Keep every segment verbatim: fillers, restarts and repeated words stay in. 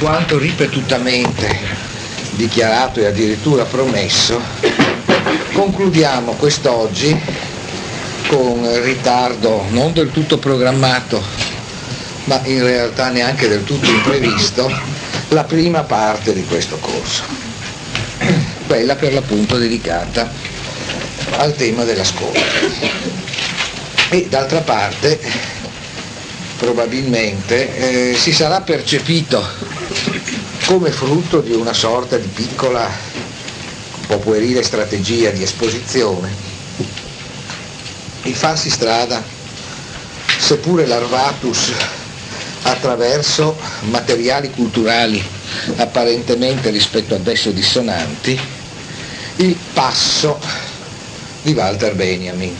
Quanto ripetutamente dichiarato e addirittura promesso, concludiamo quest'oggi con ritardo non del tutto programmato, ma in realtà neanche del tutto imprevisto, la prima parte di questo corso, quella per l'appunto dedicata al tema dell'ascolto. E d'altra parte probabilmente eh, si sarà percepito come frutto di una sorta di piccola, un po' puerile strategia di esposizione, il farsi strada, seppure larvatus, attraverso materiali culturali apparentemente rispetto ad esso dissonanti, il passo di Walter Benjamin.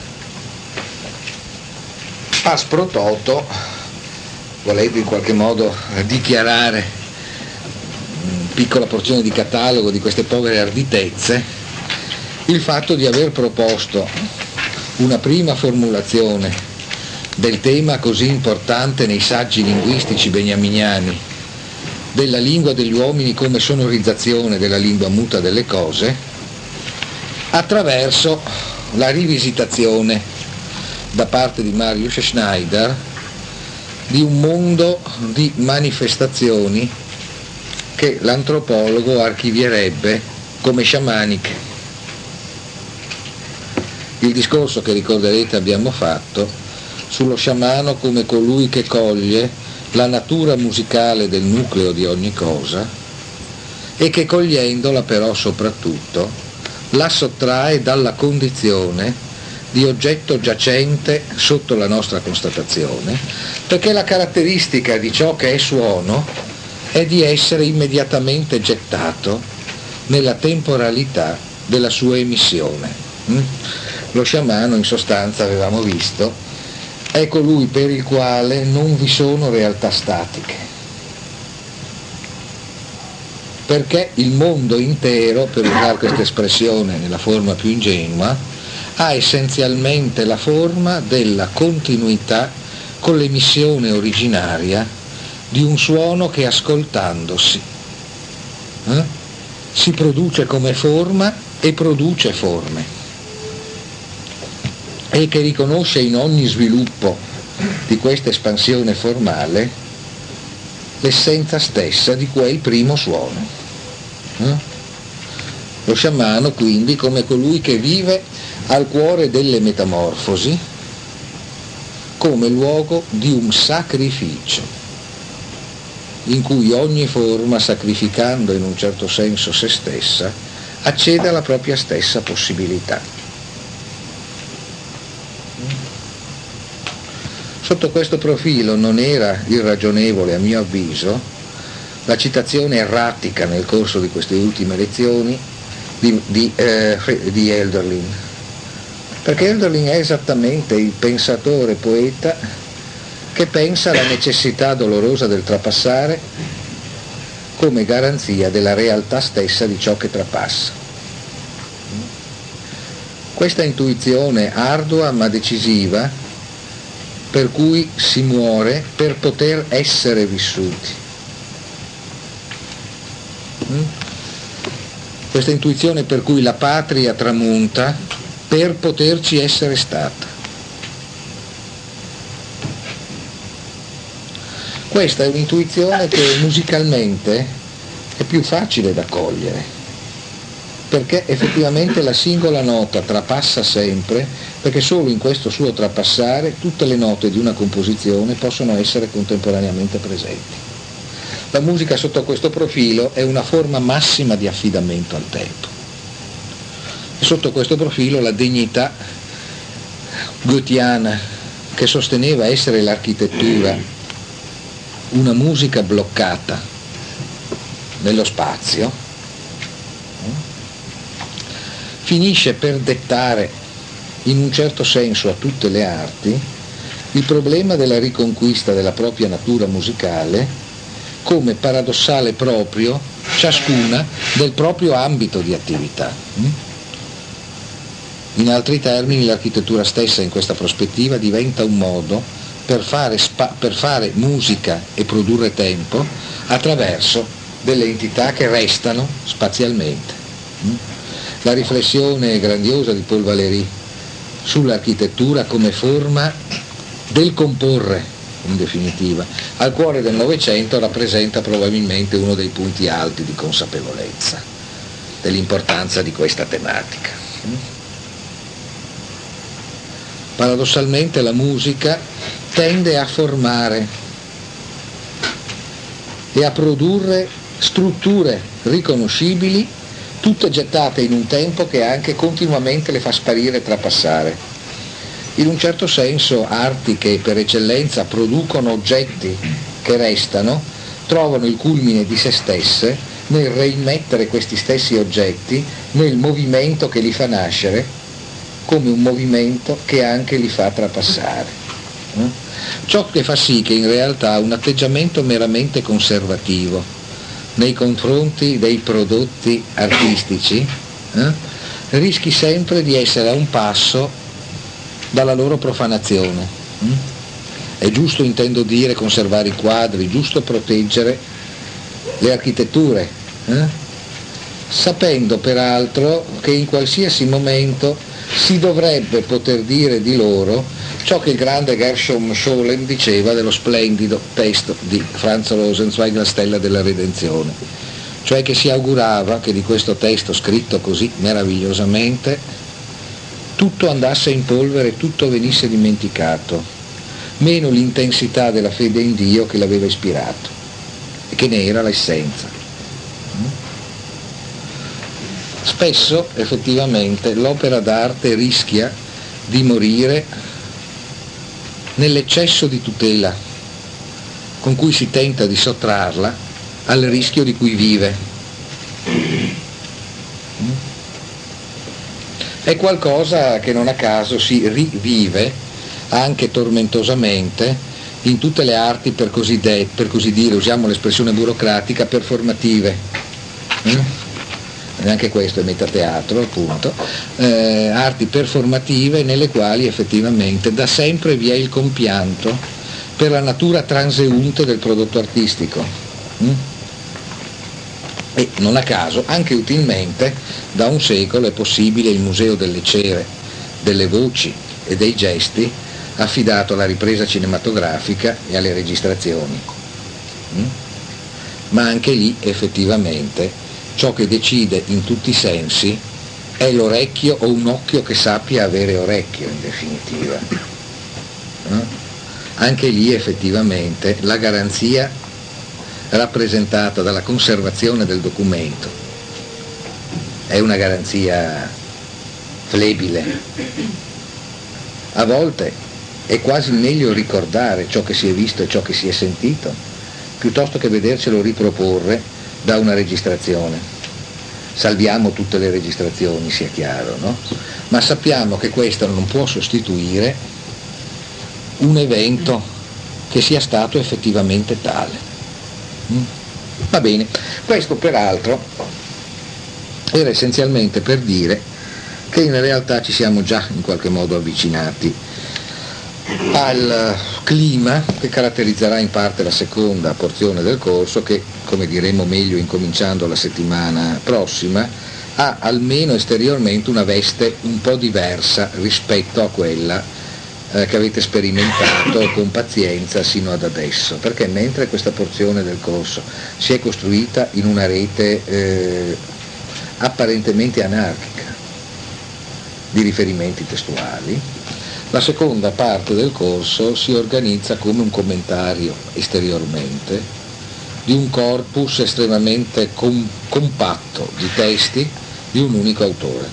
Pas pro toto, volendo in qualche modo dichiarare piccola porzione di catalogo di queste povere arditezze, il fatto di aver proposto una prima formulazione del tema così importante nei saggi linguistici beniaminiani della lingua degli uomini come sonorizzazione della lingua muta delle cose, attraverso la rivisitazione da parte di Marius Schneider di un mondo di manifestazioni che l'antropologo archivierebbe come sciamaniche. Il discorso che ricorderete abbiamo fatto sullo sciamano come colui che coglie la natura musicale del nucleo di ogni cosa e che cogliendola però soprattutto la sottrae dalla condizione di oggetto giacente sotto la nostra constatazione, perché la caratteristica di ciò che è suono è di essere immediatamente gettato nella temporalità della sua emissione. Lo sciamano, in sostanza, avevamo visto, è colui per il quale non vi sono realtà statiche, perché il mondo intero, per usare questa espressione nella forma più ingenua, ha essenzialmente la forma della continuità con l'emissione originaria di un suono che ascoltandosi eh, si produce come forma e produce forme, e che riconosce in ogni sviluppo di questa espansione formale l'essenza stessa di quel primo suono. Eh? Lo sciamano quindi come colui che vive al cuore delle metamorfosi come luogo di un sacrificio in cui ogni forma, sacrificando in un certo senso se stessa, accede alla propria stessa possibilità. Sotto questo profilo non era irragionevole, a mio avviso, la citazione erratica nel corso di queste ultime lezioni di, di, eh, di Hölderlin, perché Hölderlin è esattamente il pensatore poeta che pensa alla necessità dolorosa del trapassare come garanzia della realtà stessa di ciò che trapassa. Questa intuizione ardua ma decisiva, per cui si muore per poter essere vissuti. Questa intuizione per cui la patria tramonta per poterci essere stata. Questa è un'intuizione che musicalmente è più facile da cogliere, perché effettivamente la singola nota trapassa sempre, perché solo in questo suo trapassare tutte le note di una composizione possono essere contemporaneamente presenti. La musica sotto questo profilo è una forma massima di affidamento al tempo. E sotto questo profilo la dignità goetheana, che sosteneva essere l'architettura una musica bloccata nello spazio, finisce per dettare in un certo senso a tutte le arti il problema della riconquista della propria natura musicale come paradossale proprio, ciascuna del proprio ambito di attività. In altri termini, l'architettura stessa in questa prospettiva diventa un modo per fare, spa, per fare musica e produrre tempo attraverso delle entità che restano spazialmente. La riflessione grandiosa di Paul Valéry sull'architettura come forma del comporre, in definitiva, al cuore del Novecento rappresenta probabilmente uno dei punti alti di consapevolezza dell'importanza di questa tematica. Paradossalmente la musica tende a formare e a produrre strutture riconoscibili, tutte gettate in un tempo che anche continuamente le fa sparire e trapassare. In un certo senso arti che per eccellenza producono oggetti che restano, trovano il culmine di se stesse nel reimmettere questi stessi oggetti nel movimento che li fa nascere, come un movimento che anche li fa trapassare. Ciò che fa sì che in realtà un atteggiamento meramente conservativo nei confronti dei prodotti artistici eh, rischi sempre di essere a un passo dalla loro profanazione. È giusto, intendo dire, conservare i quadri, giusto proteggere le architetture, eh? sapendo peraltro che in qualsiasi momento si dovrebbe poter dire di loro ciò che il grande Gershom Scholem diceva dello splendido testo di Franz Rosenzweig, La stella della redenzione, cioè che si augurava che di questo testo scritto così meravigliosamente tutto andasse in polvere, tutto venisse dimenticato, meno l'intensità della fede in Dio che l'aveva ispirato e che ne era l'essenza. Spesso effettivamente l'opera d'arte rischia di morire nell'eccesso di tutela con cui si tenta di sottrarla al rischio di cui vive. È qualcosa che non a caso si rivive anche tormentosamente in tutte le arti per così, de- per così dire, usiamo l'espressione burocratica, performative. Mm? E anche questo è metateatro, appunto, eh, arti performative nelle quali effettivamente da sempre vi è il compianto per la natura transeunte del prodotto artistico. Mm? E non a caso, anche utilmente, da un secolo è possibile il Museo delle Cere, delle Voci e dei Gesti, affidato alla ripresa cinematografica e alle registrazioni. Mm? Ma anche lì effettivamente ciò che decide in tutti i sensi è l'orecchio o un occhio che sappia avere orecchio, in definitiva. No? Anche lì effettivamente la garanzia rappresentata dalla conservazione del documento è una garanzia flebile. A volte è quasi meglio ricordare ciò che si è visto e ciò che si è sentito piuttosto che vedercelo riproporre da una registrazione. Salviamo tutte le registrazioni, sia chiaro, no? Ma sappiamo che questo non può sostituire un evento che sia stato effettivamente tale. Mm? Va bene, questo peraltro era essenzialmente per dire che in realtà ci siamo già in qualche modo avvicinati al clima che caratterizzerà in parte la seconda porzione del corso che, come diremo meglio incominciando la settimana prossima, ha almeno esteriormente una veste un po' diversa rispetto a quella eh, che avete sperimentato con pazienza sino ad adesso, perché mentre questa porzione del corso si è costruita in una rete eh, apparentemente anarchica di riferimenti testuali, la seconda parte del corso si organizza come un commentario esteriormente di un corpus estremamente com- compatto di testi di un unico autore.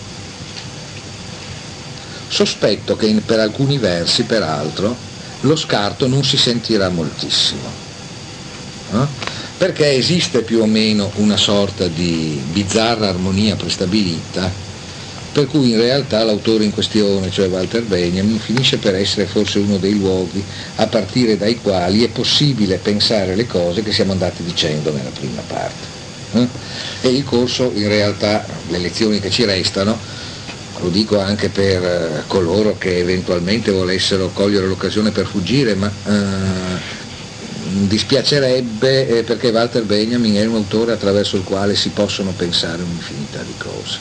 Sospetto che in, per alcuni versi, peraltro, lo scarto non si sentirà moltissimo, eh? perché esiste più o meno una sorta di bizzarra armonia prestabilita per cui in realtà l'autore in questione, cioè Walter Benjamin, finisce per essere forse uno dei luoghi a partire dai quali è possibile pensare le cose che siamo andati dicendo nella prima parte. Eh? E il corso, in realtà, le lezioni che ci restano, lo dico anche per coloro che eventualmente volessero cogliere l'occasione per fuggire, ma eh, dispiacerebbe eh, perché Walter Benjamin è un autore attraverso il quale si possono pensare un'infinità di cose.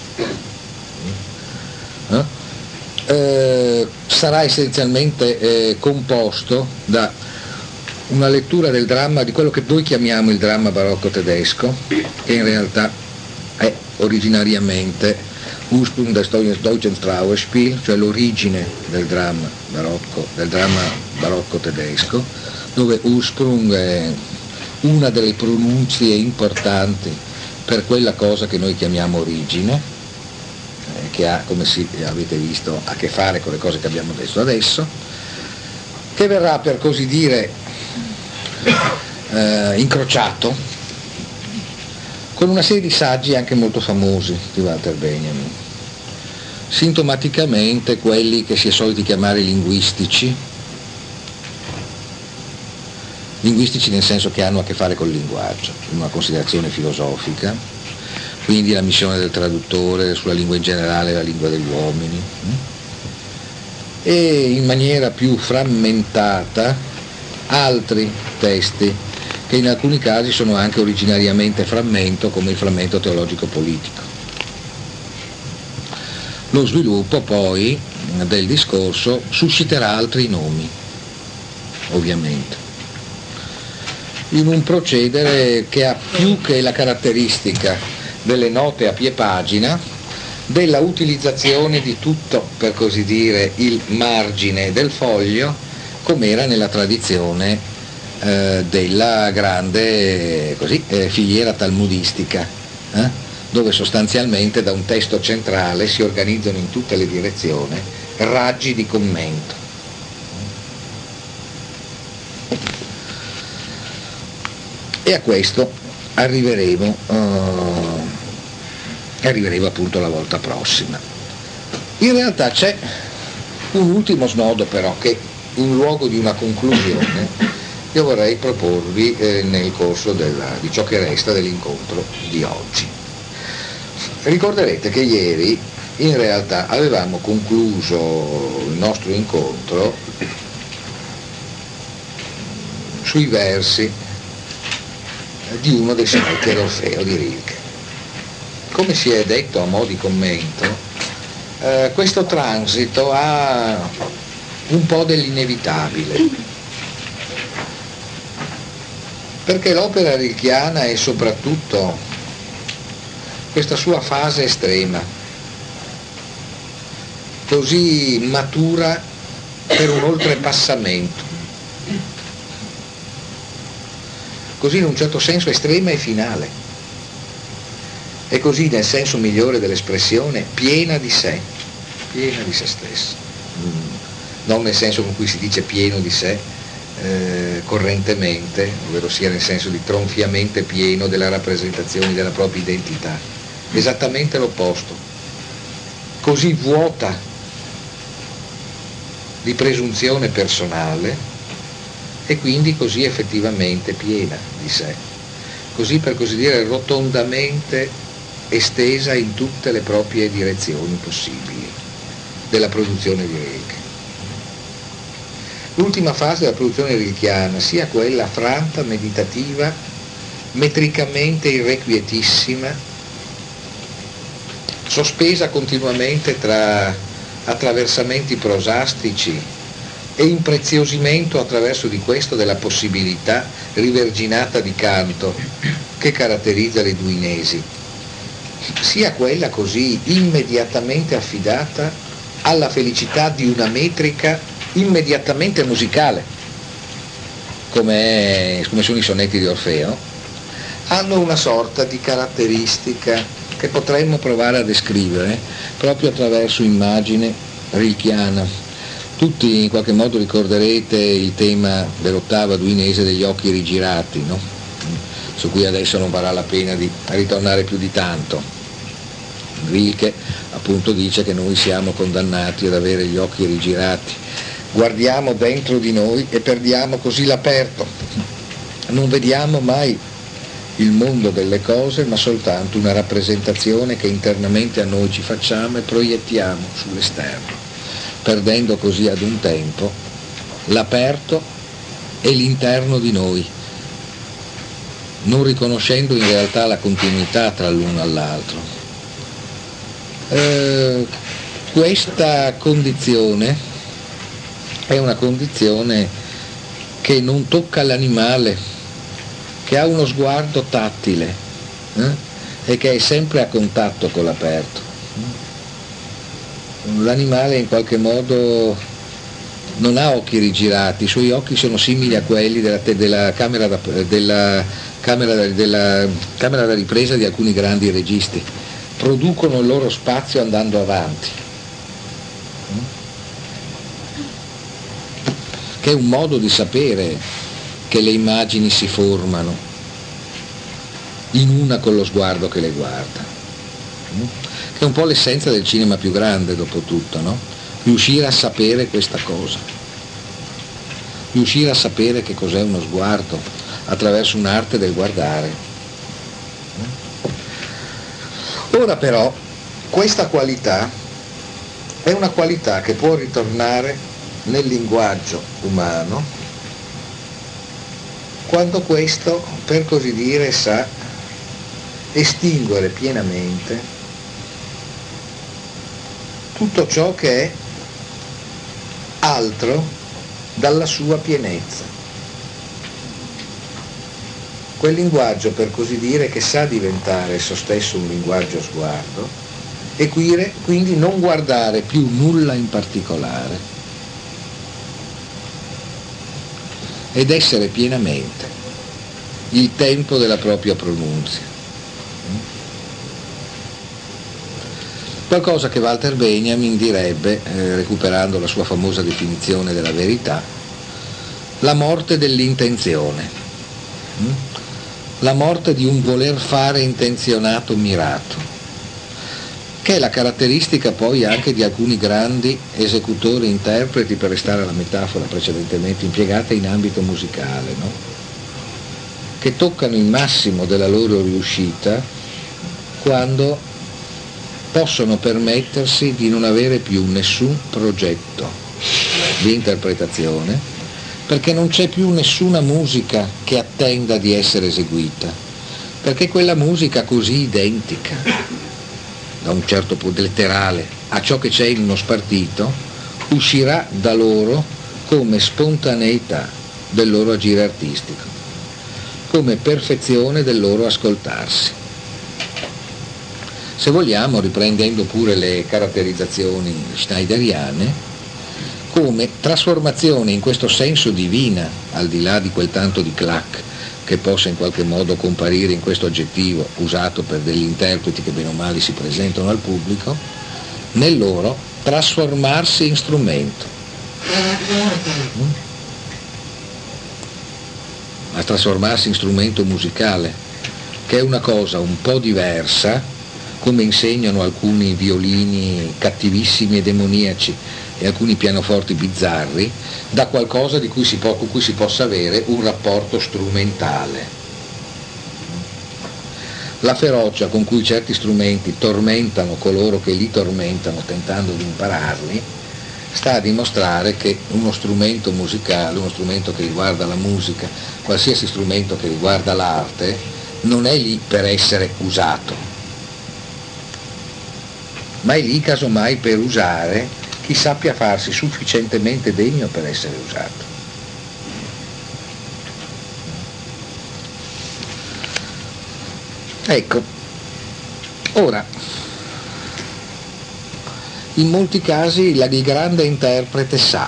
Eh? Eh, sarà essenzialmente eh, composto da una lettura del dramma, di quello che noi chiamiamo il dramma barocco tedesco, che in realtà è originariamente Ursprung des deutschen Trauerspiel, cioè l'origine del dramma barocco, del dramma barocco tedesco, dove Ursprung è una delle pronunzie importanti per quella cosa che noi chiamiamo origine, eh, che ha, come si, avete visto, a che fare con le cose che abbiamo detto adesso, che verrà per così dire eh, incrociato con una serie di saggi anche molto famosi di Walter Benjamin, sintomaticamente quelli che si è soliti chiamare linguistici, linguistici nel senso che hanno a che fare col linguaggio, in una considerazione filosofica, quindi la missione del traduttore sulla lingua in generale, la lingua degli uomini, e in maniera più frammentata altri testi che in alcuni casi sono anche originariamente frammento, come il frammento teologico-politico. Lo sviluppo poi del discorso susciterà altri nomi, ovviamente, in un procedere che ha più che la caratteristica delle note a pie pagina, della utilizzazione di tutto, per così dire, il margine del foglio, come era nella tradizione eh, della grande così, eh, filiera talmudistica, eh? dove sostanzialmente da un testo centrale si organizzano in tutte le direzioni raggi di commento. E a questo arriveremo, uh, arriveremo appunto la volta prossima. In realtà c'è un ultimo snodo però che in luogo di una conclusione io vorrei proporvi eh, nel corso della, di ciò che resta dell'incontro di oggi. Ricorderete che ieri in realtà avevamo concluso il nostro incontro sui versi di uno dei sonetti all'Orfeo di Rilke. Come si è detto a mo' di commento, eh, questo transito ha un po' dell'inevitabile, perché l'opera rilkiana è soprattutto questa sua fase estrema, così matura per un oltrepassamento, così in un certo senso estrema e finale, e così nel senso migliore dell'espressione piena di sé, piena di se stessa, non nel senso con cui si dice pieno di sé eh, correntemente, ovvero sia nel senso di tronfiamente pieno della rappresentazione della propria identità, esattamente l'opposto, così vuota di presunzione personale e quindi così effettivamente piena di sé, così per così dire rotondamente estesa in tutte le proprie direzioni possibili della produzione di Rilke. L'ultima fase della produzione rilkiana, sia quella franta, meditativa, metricamente irrequietissima, sospesa continuamente tra attraversamenti prosastici e impreziosimento attraverso di questo della possibilità riverginata di canto che caratterizza le duinesi, sia quella così immediatamente affidata alla felicità di una metrica immediatamente musicale, come, come sono i sonetti di Orfeo, hanno una sorta di caratteristica che potremmo provare a descrivere proprio attraverso immagine rilkiana. Tutti in qualche modo ricorderete il tema dell'ottava duinese degli occhi rigirati, no? Su cui adesso non varrà la pena di ritornare più di tanto. Rilke appunto dice che noi siamo condannati ad avere gli occhi rigirati, guardiamo dentro di noi e perdiamo così l'aperto, non vediamo mai il mondo delle cose, ma soltanto una rappresentazione che internamente a noi ci facciamo e proiettiamo sull'esterno, perdendo così ad un tempo l'aperto e l'interno di noi, non riconoscendo in realtà la continuità tra l'uno e l'altro. Eh, questa condizione è una condizione che non tocca l'animale, che ha uno sguardo tattile eh? e che è sempre a contatto con l'aperto. L'animale in qualche modo non ha occhi rigirati, i suoi occhi sono simili a quelli della, della, camera, da, della, camera, da, della camera da ripresa di alcuni grandi registi, producono il loro spazio andando avanti, che è un modo di sapere che le immagini si formano in una con lo sguardo che le guarda, che è un po' l'essenza del cinema più grande dopo tutto, no? Riuscire a sapere questa cosa, riuscire a sapere che cos'è uno sguardo attraverso un'arte del guardare. Ora però questa qualità è una qualità che può ritornare nel linguaggio umano quando questo, per così dire, sa estinguere pienamente tutto ciò che è altro dalla sua pienezza. Quel linguaggio, per così dire, che sa diventare esso stesso un linguaggio sguardo e quindi non guardare più nulla in particolare ed essere pienamente il tempo della propria pronunzia. Qualcosa che Walter Benjamin direbbe, eh, recuperando la sua famosa definizione della verità, la morte dell'intenzione, mm? la morte di un voler fare intenzionato mirato, che è la caratteristica poi anche di alcuni grandi esecutori interpreti, per restare alla metafora precedentemente impiegata in ambito musicale, no? Che toccano il massimo della loro riuscita quando possono permettersi di non avere più nessun progetto di interpretazione, perché non c'è più nessuna musica che attenda di essere eseguita, perché quella musica così identica, da un certo punto letterale, a ciò che c'è in uno spartito, uscirà da loro come spontaneità del loro agire artistico, come perfezione del loro ascoltarsi. Se vogliamo, riprendendo pure le caratterizzazioni schneideriane, come trasformazione in questo senso divina, al di là di quel tanto di clac che possa in qualche modo comparire in questo aggettivo usato per degli interpreti che bene o male si presentano al pubblico, nel loro trasformarsi in strumento. A trasformarsi in strumento musicale, che è una cosa un po' diversa, come insegnano alcuni violini cattivissimi e demoniaci e alcuni pianoforti bizzarri, da qualcosa di cui si può, con cui si possa avere un rapporto strumentale. La ferocia con cui certi strumenti tormentano coloro che li tormentano tentando di impararli sta a dimostrare che uno strumento musicale, uno strumento che riguarda la musica, qualsiasi strumento che riguarda l'arte, non è lì per essere usato, ma è lì casomai per usare chi sappia farsi sufficientemente degno per essere usato. Ecco, ora, in molti casi il grande interprete sa,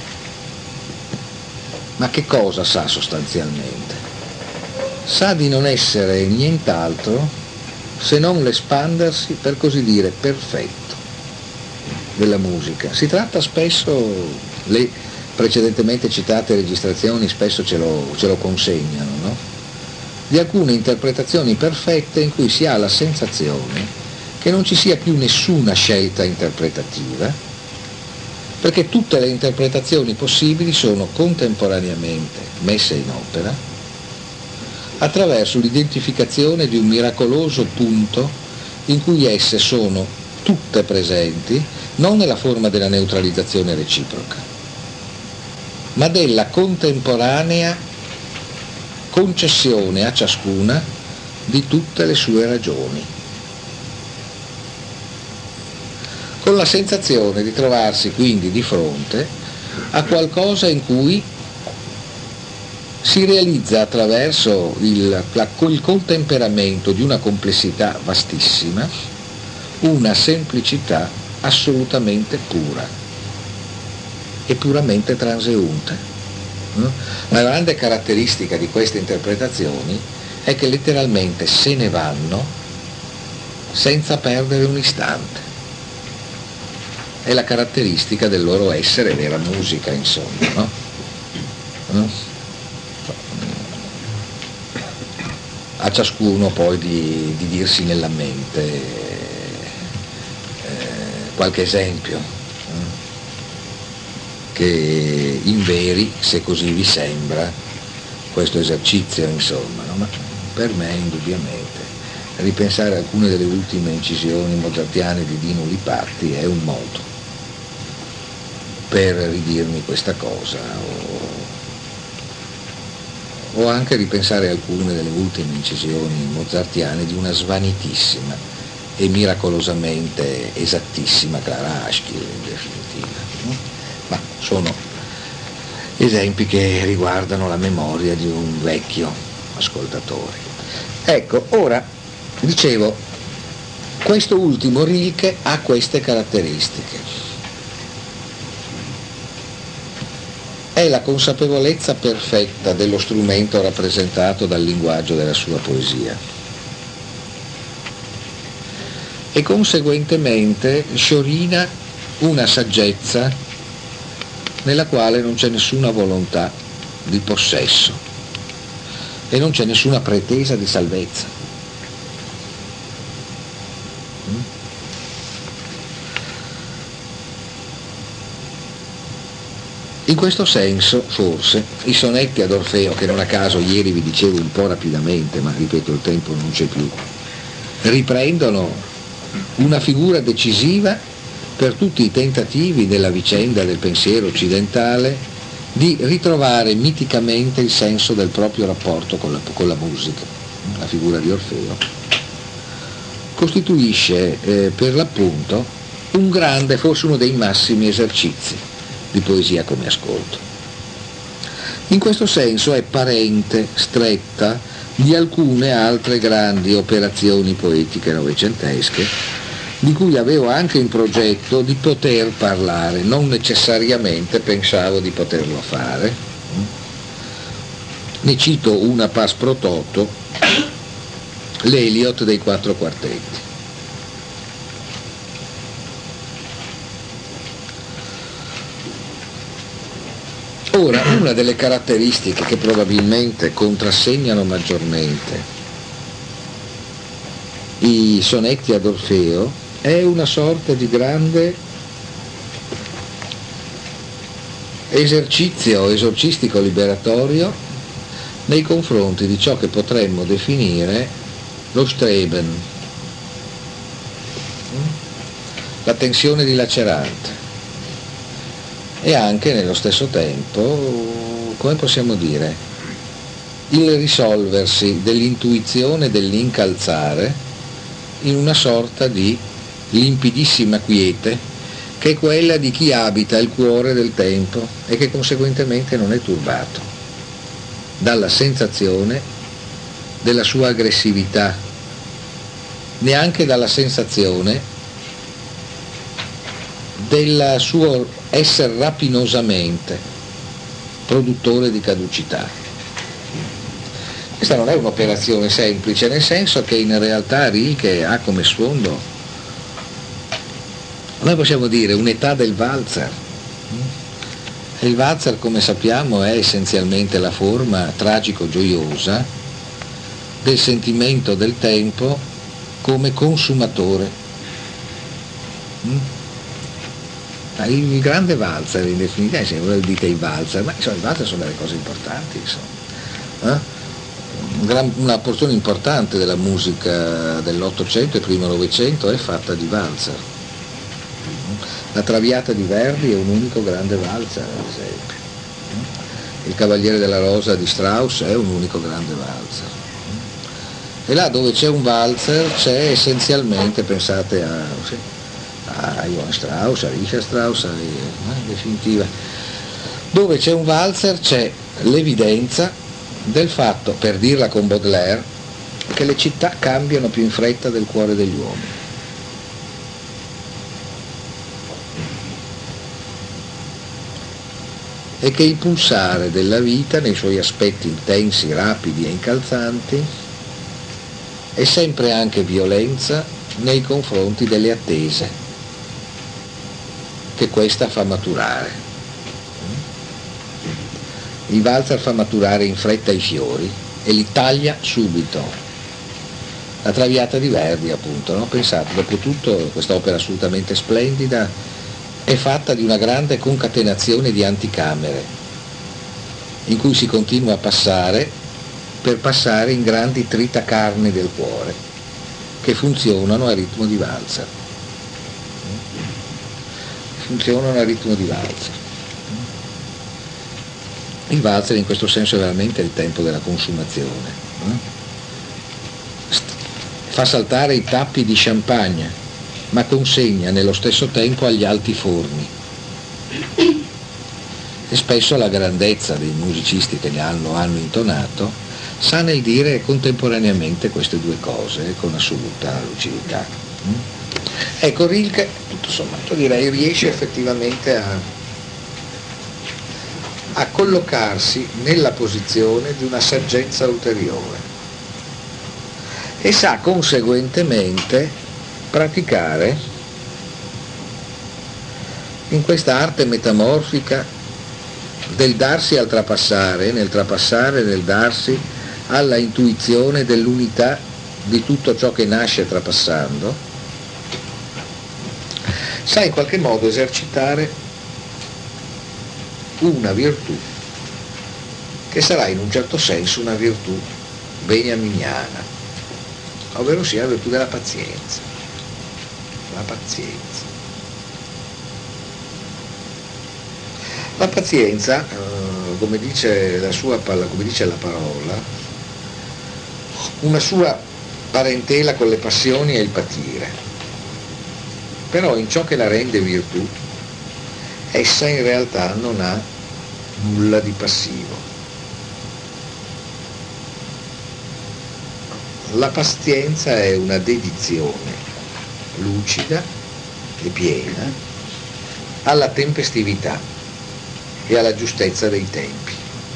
ma che cosa sa sostanzialmente? Sa di non essere nient'altro se non l'espandersi, per così dire, perfetto della musica. Si tratta spesso, le precedentemente citate registrazioni spesso ce lo, ce lo consegnano, no? Di alcune interpretazioni perfette in cui si ha la sensazione che non ci sia più nessuna scelta interpretativa, perché tutte le interpretazioni possibili sono contemporaneamente messe in opera, attraverso l'identificazione di un miracoloso punto in cui esse sono tutte presenti, non nella forma della neutralizzazione reciproca, ma della contemporanea concessione a ciascuna di tutte le sue ragioni, con la sensazione di trovarsi quindi di fronte a qualcosa in cui si realizza attraverso il, la, il contemperamento di una complessità vastissima una semplicità assolutamente pura e puramente transeunte. La grande caratteristica di queste interpretazioni è che letteralmente se ne vanno senza perdere un istante. È la caratteristica del loro essere vera musica, insomma, no? A ciascuno poi di, di dirsi nella mente eh, qualche esempio eh, che inveri, se così vi sembra, questo esercizio, insomma, no? Ma per me indubbiamente ripensare a alcune delle ultime incisioni mozartiane di Dino Lipatti è un modo per ridirmi questa cosa, o, o anche ripensare a alcune delle ultime incisioni mozartiane di una svanitissima e miracolosamente esattissima Clara Aschil, in definitiva, no? Ma sono esempi che riguardano la memoria di un vecchio ascoltatore. Ecco, ora, dicevo, questo ultimo Rilke ha queste caratteristiche. È la consapevolezza perfetta dello strumento rappresentato dal linguaggio della sua poesia e conseguentemente sciorina una saggezza nella quale non c'è nessuna volontà di possesso e non c'è nessuna pretesa di salvezza. In questo senso, forse, i sonetti ad Orfeo, che non a caso ieri vi dicevo un po' rapidamente, ma ripeto il tempo non c'è più, riprendono una figura decisiva per tutti i tentativi nella vicenda del pensiero occidentale di ritrovare miticamente il senso del proprio rapporto con la, con la musica. La figura di Orfeo costituisce eh, per l'appunto un grande, forse uno dei massimi esercizi di poesia come ascolto. In questo senso è parente stretta di alcune altre grandi operazioni poetiche novecentesche di cui avevo anche in progetto di poter parlare, non necessariamente pensavo di poterlo fare. Ne cito una pas pro toto, l'Eliot dei quattro quartetti. Ora, una delle caratteristiche che probabilmente contrassegnano maggiormente i sonetti ad Orfeo è una sorta di grande esercizio esorcistico liberatorio nei confronti di ciò che potremmo definire lo Streben, la tensione dilacerante. E anche nello stesso tempo, come possiamo dire, il risolversi dell'intuizione dell'incalzare in una sorta di limpidissima quiete che è quella di chi abita il cuore del tempo e che conseguentemente non è turbato dalla sensazione della sua aggressività, neanche dalla sensazione del suo essere rapinosamente produttore di caducità. Questa non è un'operazione semplice, nel senso che in realtà Rilke ha come sfondo, noi possiamo dire, un'età del valzer. E il valzer, come sappiamo, è essenzialmente la forma tragico-gioiosa del sentimento del tempo come consumatore. Il grande valzer, in definitiva, se voi dite i valzer, ma insomma, i valzer sono delle cose importanti, insomma. Eh? una porzione importante della musica dell'Ottocento e primo Novecento è fatta di valzer. La Traviata di Verdi è un unico grande valzer, ad esempio. Il Cavaliere della Rosa di Strauss è un unico grande valzer. E là dove c'è un valzer c'è essenzialmente, pensate a, sì, a Johann Strauss, a Richard Strauss, a, in definitiva, dove c'è un valzer c'è l'evidenza del fatto, per dirla con Baudelaire, che le città cambiano più in fretta del cuore degli uomini. E che il pulsare della vita, nei suoi aspetti intensi, rapidi e incalzanti, è sempre anche violenza nei confronti delle attese che questa fa maturare. Il valzer fa maturare in fretta i fiori e li taglia subito. La Traviata di Verdi, appunto, no? Pensate, dopo tutto quest'opera assolutamente splendida è fatta di una grande concatenazione di anticamere in cui si continua a passare per passare in grandi tritacarni del cuore che funzionano a ritmo di valzer. Funzionano a ritmo di valzer. Il valzer in questo senso è veramente il tempo della consumazione. Fa saltare i tappi di champagne, ma consegna nello stesso tempo agli alti forni. E spesso la grandezza dei musicisti che ne hanno, hanno intonato sa nel dire contemporaneamente queste due cose con assoluta lucidità. Ecco, Rilke, tutto sommato direi, riesce effettivamente a, a collocarsi nella posizione di una saggezza ulteriore e sa conseguentemente praticare in questa arte metamorfica del darsi al trapassare, nel trapassare e nel darsi alla intuizione dell'unità di tutto ciò che nasce trapassando, sa in qualche modo esercitare una virtù che sarà in un certo senso una virtù beniaminiana, ovvero sia la virtù della pazienza. La pazienza. La pazienza, eh, come dice la sua, come dice la parola, una sua parentela con le passioni e il patire. Però in ciò che la rende virtù, essa in realtà non ha nulla di passivo. La pazienza è una dedizione lucida e piena alla tempestività e alla giustezza dei tempi.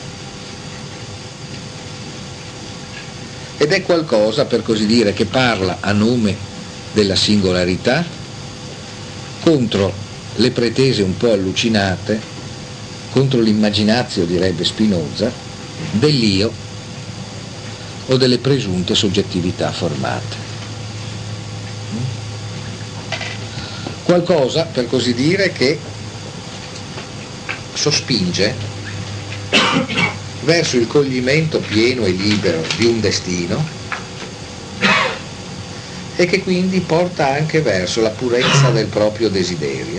Ed è qualcosa, per così dire, che parla a nome della singolarità contro le pretese un po' allucinate, contro l'immaginazio, direbbe Spinoza, dell'io o delle presunte soggettività formate. Qualcosa, per così dire, che sospinge verso il coglimento pieno e libero di un destino e che quindi porta anche verso la purezza del proprio desiderio,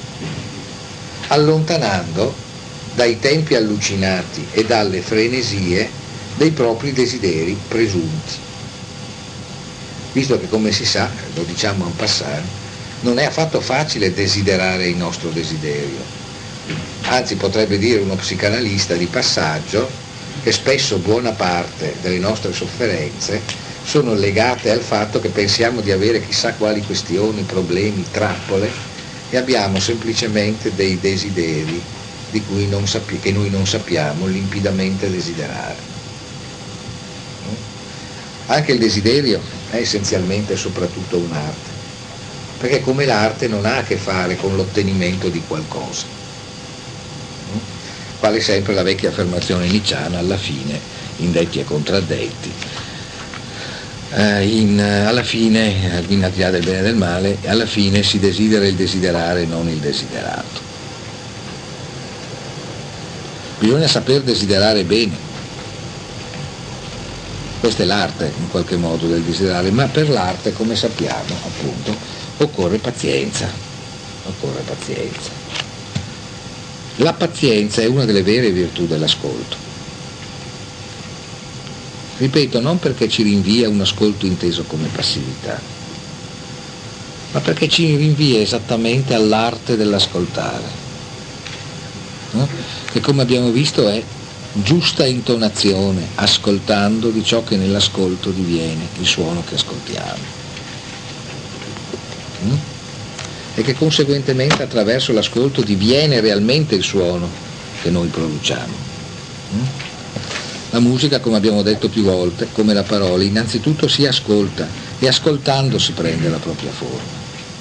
allontanando dai tempi allucinati e dalle frenesie dei propri desideri presunti. Visto che, come si sa, lo diciamo en passant, non è affatto facile desiderare il nostro desiderio. Anzi, potrebbe dire uno psicanalista di passaggio che spesso buona parte delle nostre sofferenze sono legate al fatto che pensiamo di avere chissà quali questioni, problemi, trappole e abbiamo semplicemente dei desideri di cui non sappi- che noi non sappiamo limpidamente desiderare. Anche il desiderio è essenzialmente e soprattutto un'arte, perché come l'arte non ha a che fare con l'ottenimento di qualcosa. Vale sempre la vecchia affermazione nicciana, alla fine, indetti e contraddetti, eh, in, alla fine, in al di là del bene e del male, alla fine si desidera il desiderare, non il desiderato. Bisogna saper desiderare bene. Questa è l'arte in qualche modo del desiderare, ma per l'arte, come sappiamo, appunto, occorre pazienza, occorre pazienza. La pazienza è una delle vere virtù dell'ascolto. Ripeto, non perché ci rinvia un ascolto inteso come passività, ma perché ci rinvia esattamente all'arte dell'ascoltare, no? Che come abbiamo visto è giusta intonazione, ascoltando di ciò che nell'ascolto diviene il suono che ascoltiamo. Mm? E che conseguentemente attraverso l'ascolto diviene realmente il suono che noi produciamo. Mm? La musica, come abbiamo detto più volte, come la parola, innanzitutto si ascolta e ascoltando si prende la propria forma.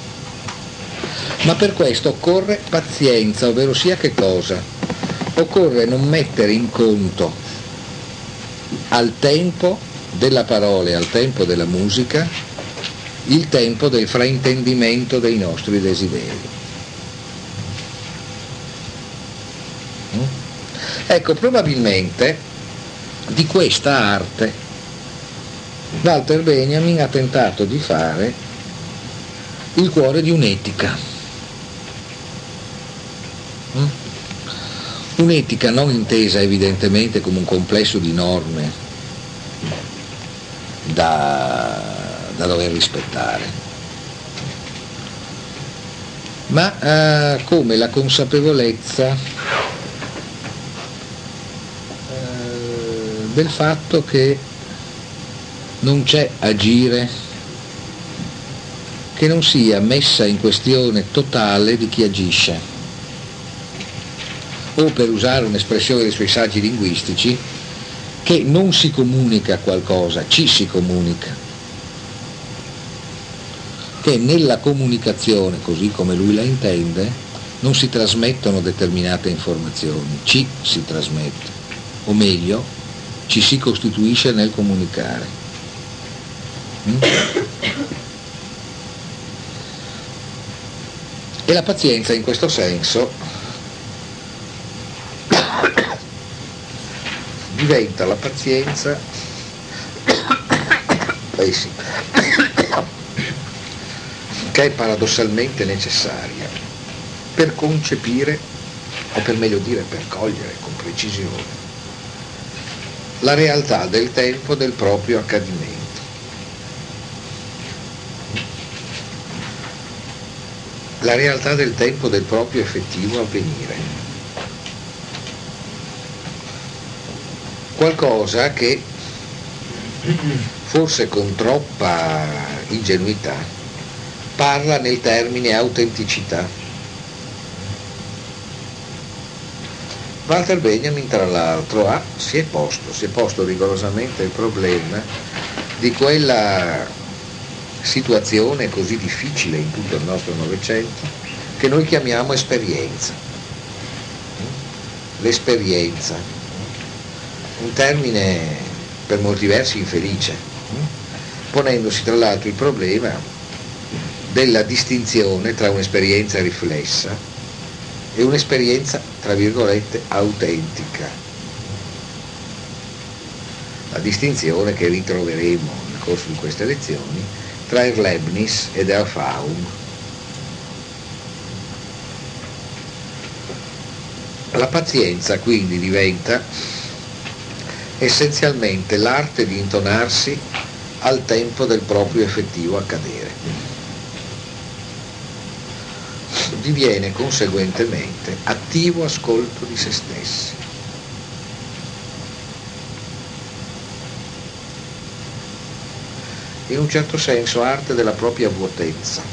Ma per questo occorre pazienza, ovvero sia che cosa? Occorre non mettere in conto al tempo della parola e al tempo della musica il tempo del fraintendimento dei nostri desideri. Ecco, probabilmente di questa arte Walter Benjamin ha tentato di fare il cuore di un'etica. Un'etica non intesa evidentemente come un complesso di norme da, da dover rispettare, ma eh, come la consapevolezza eh, del fatto che non c'è agire che non sia messa in questione totale di chi agisce. O, per usare un'espressione dei suoi saggi linguistici, che non si comunica qualcosa, ci si comunica. Che nella comunicazione, così come lui la intende, non si trasmettono determinate informazioni, ci si trasmette, o meglio, ci si costituisce nel comunicare. Mm? E la pazienza in questo senso diventa la pazienza eh sì, che è paradossalmente necessaria per concepire, o per meglio dire per cogliere con precisione, la realtà del tempo del proprio accadimento. La realtà del tempo del proprio effettivo avvenire. Qualcosa che, forse con troppa ingenuità, parla nel termine autenticità. Walter Benjamin, tra l'altro, ha, si è posto, si è posto rigorosamente il problema di quella situazione così difficile in tutto il nostro Novecento che noi chiamiamo esperienza. L'esperienza. Un termine per molti versi infelice, ponendosi tra l'altro il problema della distinzione tra un'esperienza riflessa e un'esperienza, tra virgolette, autentica. La distinzione che ritroveremo nel corso di queste lezioni tra Erlebnis ed Erfahrung. La pazienza quindi diventa essenzialmente l'arte di intonarsi al tempo del proprio effettivo accadere. Diviene conseguentemente attivo ascolto di se stessi. In un certo senso arte della propria vuotezza,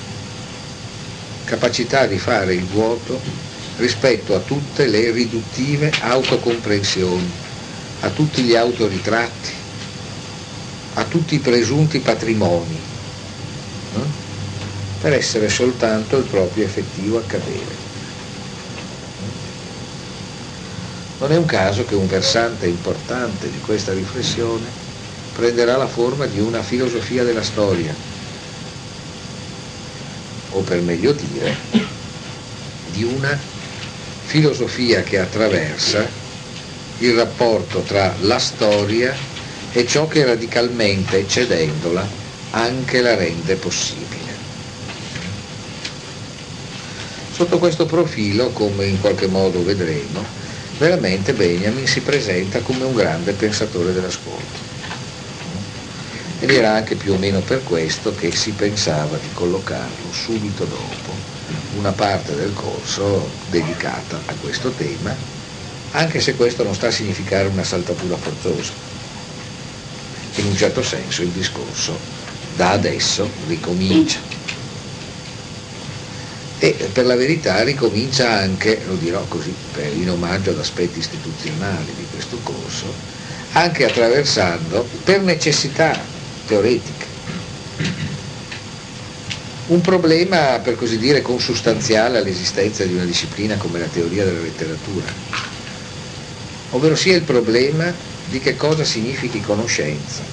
capacità di fare il vuoto rispetto a tutte le riduttive autocomprensioni, a tutti gli autoritratti, a tutti i presunti patrimoni, no? Per essere soltanto il proprio effettivo accadere. Non è un caso che un versante importante di questa riflessione prenderà la forma di una filosofia della storia, o per meglio dire, di una filosofia che attraversa il rapporto tra la storia è ciò che radicalmente, eccedendola, anche la rende possibile. Sotto questo profilo, come in qualche modo vedremo, veramente Benjamin si presenta come un grande pensatore dell'ascolto. Ed era anche più o meno per questo che si pensava di collocarlo subito dopo una parte del corso dedicata a questo tema, anche se questo non sta a significare una saltatura forzosa. In un certo senso il discorso da adesso ricomincia. E per la verità ricomincia anche, lo dirò così, per, in omaggio ad aspetti istituzionali di questo corso, anche attraversando, per necessità teoretiche, un problema, per così dire, consustanziale all'esistenza di una disciplina come la teoria della letteratura, ovvero sia il problema di che cosa significhi conoscenza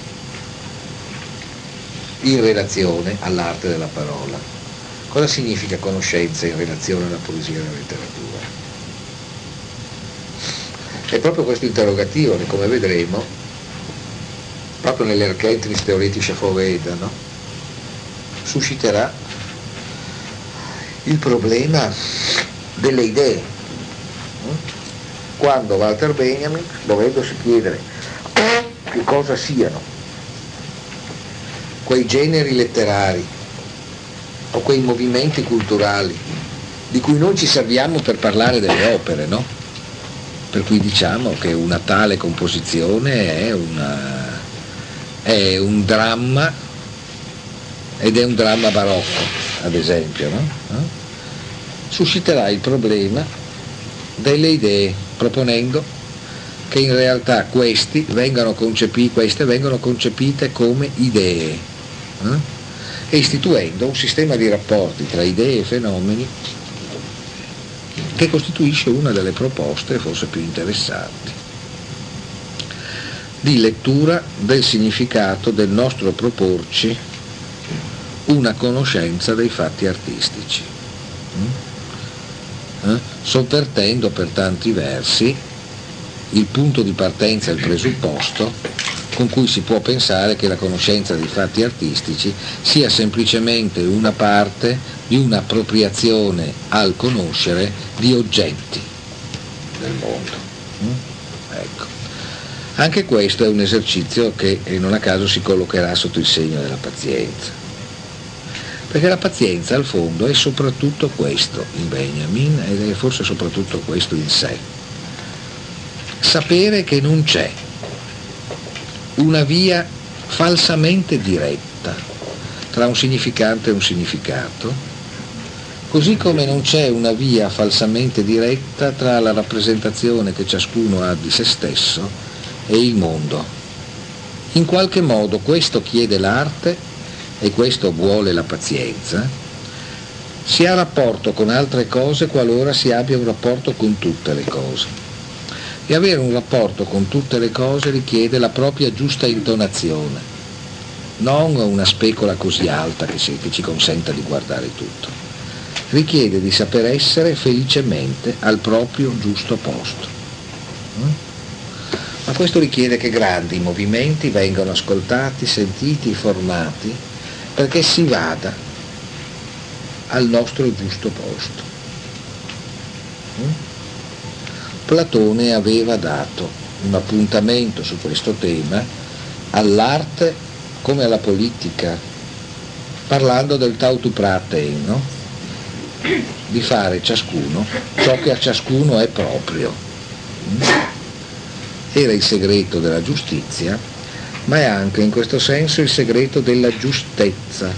in relazione all'arte della parola. Cosa significa conoscenza in relazione alla poesia e alla letteratura? È proprio questo interrogativo che, come vedremo, proprio nell'Erkenntnis Theoretische Vorrede, no? susciterà il problema delle idee, quando Walter Benjamin, dovendosi chiedere che cosa siano quei generi letterari o quei movimenti culturali di cui noi ci serviamo per parlare delle opere, no? Per cui diciamo che una tale composizione è, una, è un dramma, ed è un dramma barocco, ad esempio, no? Eh? Susciterà il problema delle idee, proponendo che in realtà questi vengano concepiti, queste vengono concepite come idee, eh? e istituendo un sistema di rapporti tra idee e fenomeni che costituisce una delle proposte forse più interessanti di lettura del significato del nostro proporci una conoscenza dei fatti artistici, eh? sovvertendo per tanti versi il punto di partenza e il presupposto con cui si può pensare che la conoscenza dei fatti artistici sia semplicemente una parte di un'appropriazione al conoscere di oggetti del mondo. Ecco. Anche questo è un esercizio che non a caso si collocherà sotto il segno della pazienza, perché la pazienza al fondo è soprattutto questo in Benjamin, ed è forse soprattutto questo in sé: sapere che non c'è una via falsamente diretta tra un significante e un significato, così come non c'è una via falsamente diretta tra la rappresentazione che ciascuno ha di se stesso e il mondo. In qualche modo questo chiede l'arte, e questo vuole la pazienza, si ha rapporto con altre cose qualora si abbia un rapporto con tutte le cose. E avere un rapporto con tutte le cose richiede la propria giusta intonazione, non una specola così alta che, si, che ci consenta di guardare tutto. Richiede di saper essere felicemente al proprio giusto posto. Ma questo richiede che grandi movimenti vengano ascoltati, sentiti, formati, perché si vada al nostro giusto posto. Platone aveva dato un appuntamento su questo tema all'arte come alla politica, parlando del tautu pratein, no? Di fare ciascuno ciò che a ciascuno è proprio. Era il segreto della giustizia, ma è anche in questo senso il segreto della giustezza.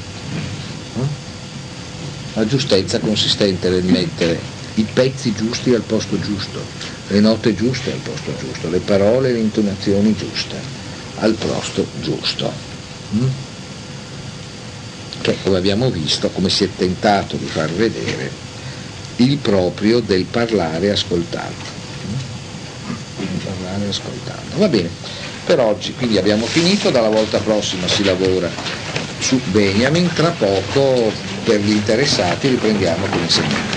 La giustezza consistente nel mettere i pezzi giusti al posto giusto, le note giuste al posto giusto, le parole e le intonazioni giuste al posto giusto, mm? che, come abbiamo visto, come si è tentato di far vedere, il proprio del parlare ascoltato. Mm? Il parlare ascoltato. Va bene, per oggi quindi abbiamo finito, dalla volta prossima si lavora su Benjamin, tra poco per gli interessati riprendiamo con l'insegnamento.